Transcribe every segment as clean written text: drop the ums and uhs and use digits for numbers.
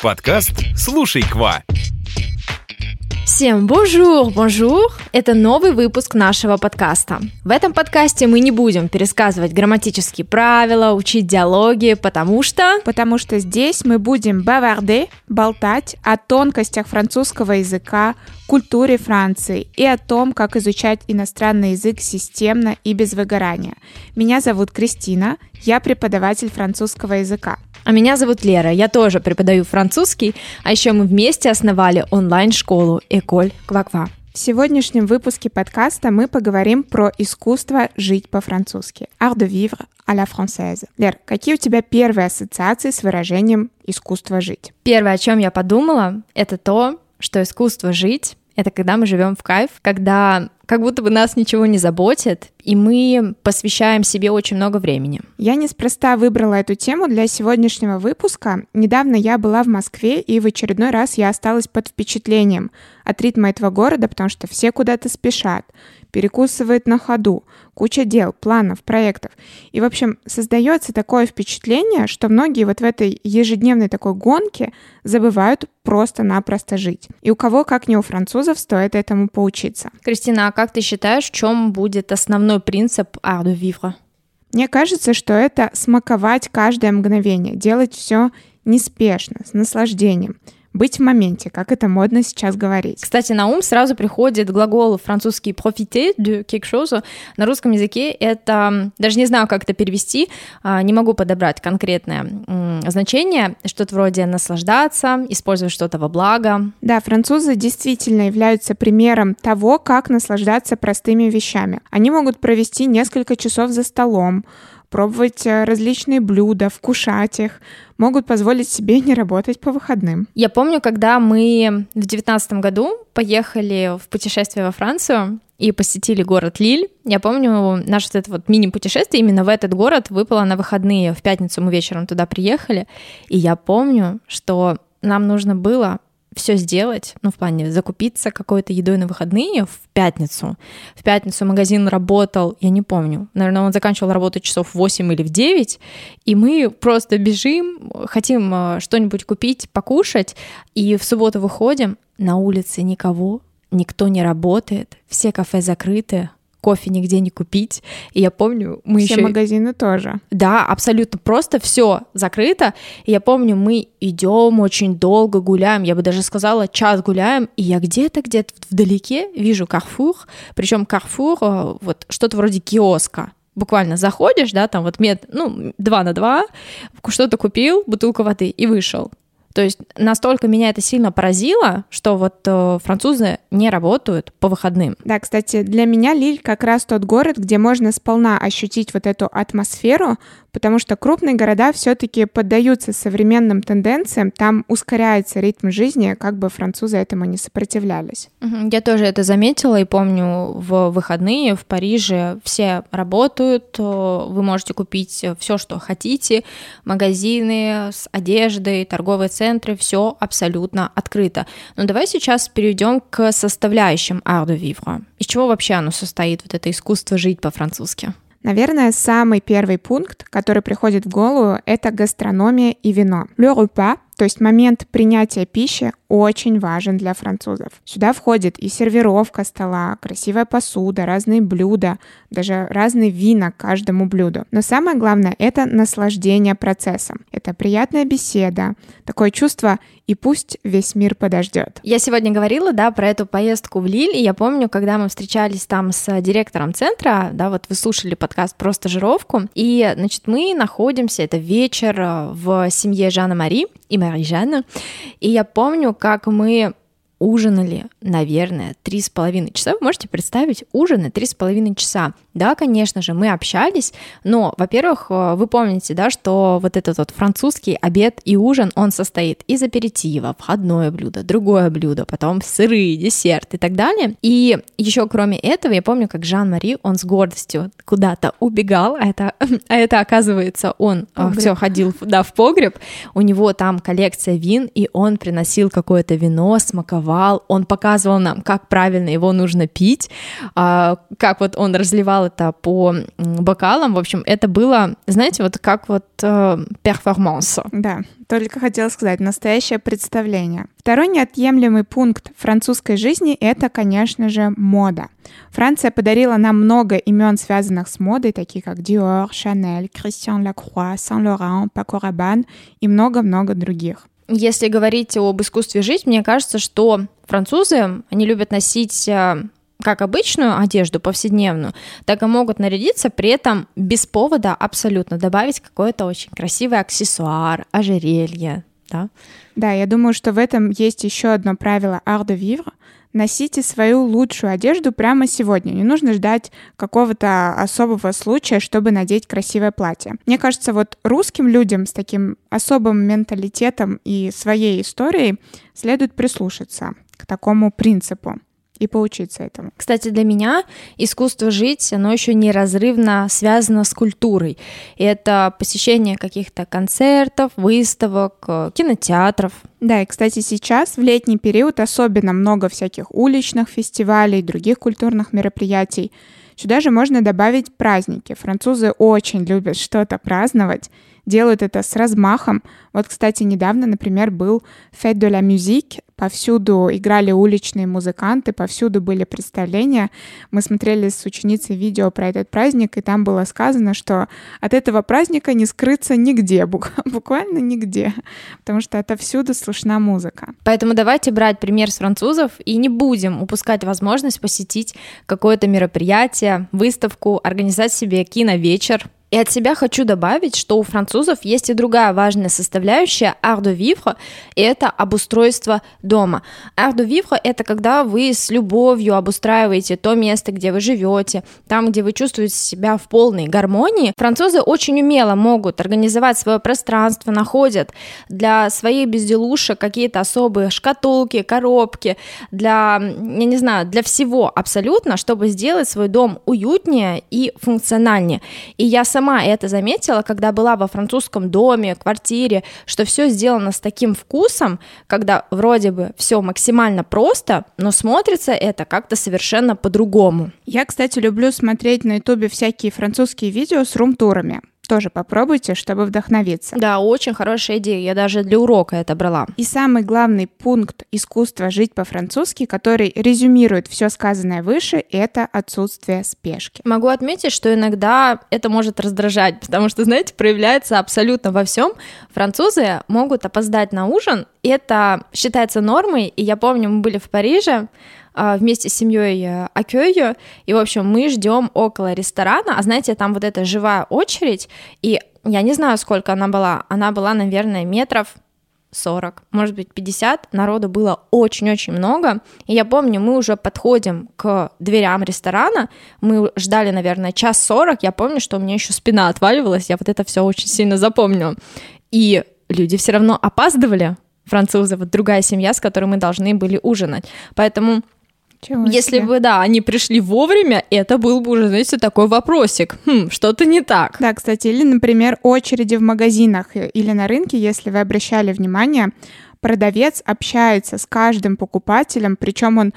Подкаст «Слушай, Ква». Всем bonjour! Это новый выпуск нашего подкаста. В этом подкасте мы не будем пересказывать грамматические правила, учить диалоги, потому что здесь мы будем болтать о тонкостях французского языка, культуре Франции и о том, как изучать иностранный язык системно и без выгорания. Меня зовут Кристина, я преподаватель французского языка. А меня зовут Лера, я тоже преподаю французский, а еще мы вместе основали онлайн-школу École Kva. В сегодняшнем выпуске подкаста мы поговорим про искусство жить по-французски. Art de vivre à la française. Лер, какие у тебя первые ассоциации с выражением «искусство жить»? Первое, о чем я подумала, это то, что искусство жить — это когда мы живем в кайф, когда как будто бы нас ничего не заботит, и мы посвящаем себе очень много времени. Я неспроста выбрала эту тему для сегодняшнего выпуска. Недавно я была в Москве, и в очередной раз я осталась под впечатлением от ритма этого города, потому что все куда-то спешат, перекусывают на ходу, куча дел, планов, проектов. И, в общем, создается такое впечатление, что многие вот в этой ежедневной такой гонке забывают просто-напросто жить. И у кого, как не у французов, стоит этому поучиться. Кристина, а как ты считаешь, в чем будет основной принцип art de vivre? Мне кажется, что это смаковать каждое мгновение, делать все неспешно, с наслаждением. Быть в моменте, как это модно сейчас говорить. Кстати, на ум сразу приходит глагол французский profiter de quelque chose. На русском языке это, даже не знаю, как это перевести, не могу подобрать конкретное значение, что-то вроде наслаждаться, использовать что-то во благо. Да, французы действительно являются примером того, как наслаждаться простыми вещами. Они могут провести несколько часов за столом, пробовать различные блюда, вкушать их, могут позволить себе не работать по выходным. Я помню, когда мы в 2019 году поехали в путешествие во Францию и посетили город Лиль. Я помню, наше вот это вот мини-путешествие именно в этот город выпало на выходные. В пятницу мы вечером туда приехали, и я помню, что нам нужно было все сделать, в плане закупиться какой-то едой на выходные в пятницу. В пятницу магазин работал, я не помню, наверное, он заканчивал работу часов в 8 или в 9, и мы просто бежим, хотим что-нибудь купить, покушать, и в субботу выходим, на улице никого, никто не работает, все кафе закрыты, кофе нигде не купить. И я помню, мы все магазины тоже. Да, абсолютно просто все закрыто. И я помню, мы идем очень долго, гуляем, я бы даже сказала, час гуляем, и я где-то вдалеке вижу Carrefour, причем Carrefour, вот что-то вроде киоска. Буквально заходишь, да, там вот 2 на 2, что-то купил, бутылку воды и вышел. То есть настолько меня это сильно поразило, что вот французы не работают по выходным. Да, кстати, для меня Лиль как раз тот город, где можно сполна ощутить вот эту атмосферу, потому что крупные города все-таки поддаются современным тенденциям, там ускоряется ритм жизни, как бы французы этому не сопротивлялись. Я тоже это заметила и помню, в выходные в Париже все работают, вы можете купить все, что хотите, магазины с одеждой, торговые центры, все абсолютно открыто. Но давай сейчас перейдем к составляющим art de vivre. Из чего вообще оно состоит, вот это искусство жить по-французски? Наверное, самый первый пункт, который приходит в голову, это гастрономия и вино. Le repas, то есть момент принятия пищи, очень важен для французов. Сюда входит и сервировка стола, красивая посуда, разные блюда, даже разные вина к каждому блюду. Но самое главное — это наслаждение процессом. Это приятная беседа, такое чувство «и пусть весь мир подождет». Я сегодня говорила, да, про эту поездку в Лиль, и я помню, когда мы встречались там с директором центра, да, вот вы слушали подкаст про стажировку, и, значит, мы находимся, это вечер в семье Жана-Мари и Мари-Жанна, и я помню, как мы ужинали, наверное, 3,5 часа. Вы можете представить, ужины 3,5 часа. Да, конечно же, мы общались, но, во-первых, вы помните, да, что вот этот вот французский обед и ужин, он состоит из аперитива, входное блюдо, другое блюдо, потом сыры, десерт и так далее. И еще кроме этого, я помню, как Жан-Мари, он с гордостью куда-то убегал, а это оказывается, он все ходил, да, в погреб, у него там коллекция вин, и он приносил какое-то вино, смаковал подавал, он показывал нам, как правильно его нужно пить, как вот он разливал это по бокалам. В общем, это было, знаете, вот как вот перформанс. Да, только хотела сказать, настоящее представление. Второй неотъемлемый пункт французской жизни — это, конечно же, мода. Франция подарила нам много имен, связанных с модой, такие как Dior, Chanel, Christian Lacroix, Saint Laurent, Paco Rabanne и много-много других. Если говорить об искусстве жить, мне кажется, что французы, они любят носить как обычную одежду повседневную, так и могут нарядиться, при этом без повода абсолютно добавить какой-то очень красивый аксессуар, ожерелье, да? Да, я думаю, что в этом есть еще одно правило art de vivre. Носите свою лучшую одежду прямо сегодня. Не нужно ждать какого-то особого случая, чтобы надеть красивое платье. Мне кажется, вот русским людям с таким особым менталитетом и своей историей следует прислушаться к такому принципу и поучиться этому. Кстати, для меня искусство жить, оно еще неразрывно связано с культурой. И это посещение каких-то концертов, выставок, кинотеатров. Да, и, кстати, сейчас, в летний период, особенно много всяких уличных фестивалей, других культурных мероприятий. Сюда же можно добавить праздники. Французы очень любят что-то праздновать, делают это с размахом. Вот, кстати, недавно, например, был Fête de la Musique. Повсюду играли уличные музыканты, повсюду были представления. Мы смотрели с ученицей видео про этот праздник, и там было сказано, что от этого праздника не скрыться нигде, буквально нигде, потому что отовсюду слышна музыка. Поэтому давайте брать пример с французов и не будем упускать возможность посетить какое-то мероприятие, выставку, организовать себе киновечер. И от себя хочу добавить, что у французов есть и другая важная составляющая art de vivre, и это обустройство дома. Art de vivre — это когда вы с любовью обустраиваете то место, где вы живете, там, где вы чувствуете себя в полной гармонии. Французы очень умело могут организовать свое пространство, находят для своих безделушек какие-то особые шкатулки, коробки, для всего абсолютно, чтобы сделать свой дом уютнее и функциональнее. И я сама это заметила, когда была во французском доме, квартире, что все сделано с таким вкусом, когда вроде бы все максимально просто, но смотрится это как-то совершенно по-другому. Я, кстати, люблю смотреть на Ютубе всякие французские видео с рум-турами. Тоже попробуйте, чтобы вдохновиться. Да, очень хорошая идея, я даже для урока это брала. И самый главный пункт искусства жить по-французски, который резюмирует все сказанное выше, это отсутствие спешки. Могу отметить, что иногда это может раздражать, потому что, знаете, проявляется абсолютно во всем. Французы могут опоздать на ужин, и это считается нормой, и я помню, мы были в Париже, вместе с семьей Accueil, и, в общем, мы ждем около ресторана, а знаете, там вот эта живая очередь, и я не знаю, сколько она была, наверное, метров 40, может быть, 50, народу было очень-очень много, и я помню, мы уже подходим к дверям ресторана, мы ждали, наверное, 1:40, я помню, что у меня еще спина отваливалась, я вот это все очень сильно запомнила, и люди все равно опаздывали, французы, вот другая семья, с которой мы должны были ужинать, поэтому... Если бы, они пришли вовремя, это был бы уже, знаете, такой вопросик. Что-то не так. Да, кстати, или, например, очереди в магазинах или на рынке, если вы обращали внимание, продавец общается с каждым покупателем, причем он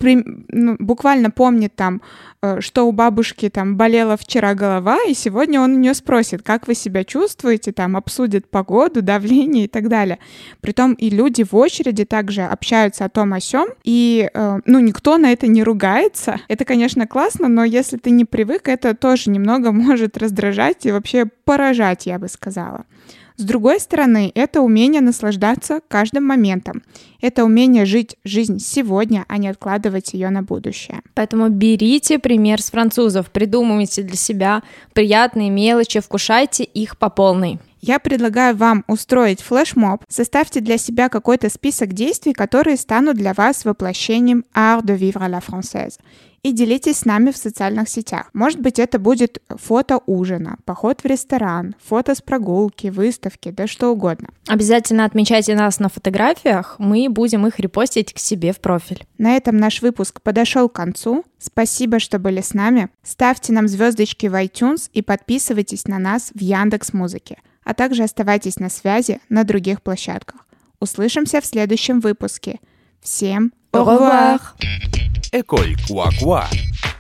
буквально помнит там, что у бабушки там болела вчера голова, и сегодня он у нее спросит, как вы себя чувствуете, там обсудит погоду, давление и так далее. Притом и люди в очереди также общаются о том о сём, и никто на это не ругается. Это, конечно, классно, но если ты не привык, это тоже немного может раздражать и вообще поражать, я бы сказала. С другой стороны, это умение наслаждаться каждым моментом. Это умение жить жизнь сегодня, а не откладывать ее на будущее. Поэтому берите пример с французов, придумывайте для себя приятные мелочи, вкушайте их по полной. Я предлагаю вам устроить флешмоб, составьте для себя какой-то список действий, которые станут для вас воплощением art de vivre à la française. И делитесь с нами в социальных сетях. Может быть, это будет фото ужина, поход в ресторан, фото с прогулки, выставки, да что угодно. Обязательно отмечайте нас на фотографиях, мы будем их репостить к себе в профиль. На этом наш выпуск подошел к концу. Спасибо, что были с нами. Ставьте нам звездочки в iTunes и подписывайтесь на нас в Яндекс.Музыке, а также оставайтесь на связи на других площадках. Услышимся в следующем выпуске. Всем Au revoir. École Quoi Quoi.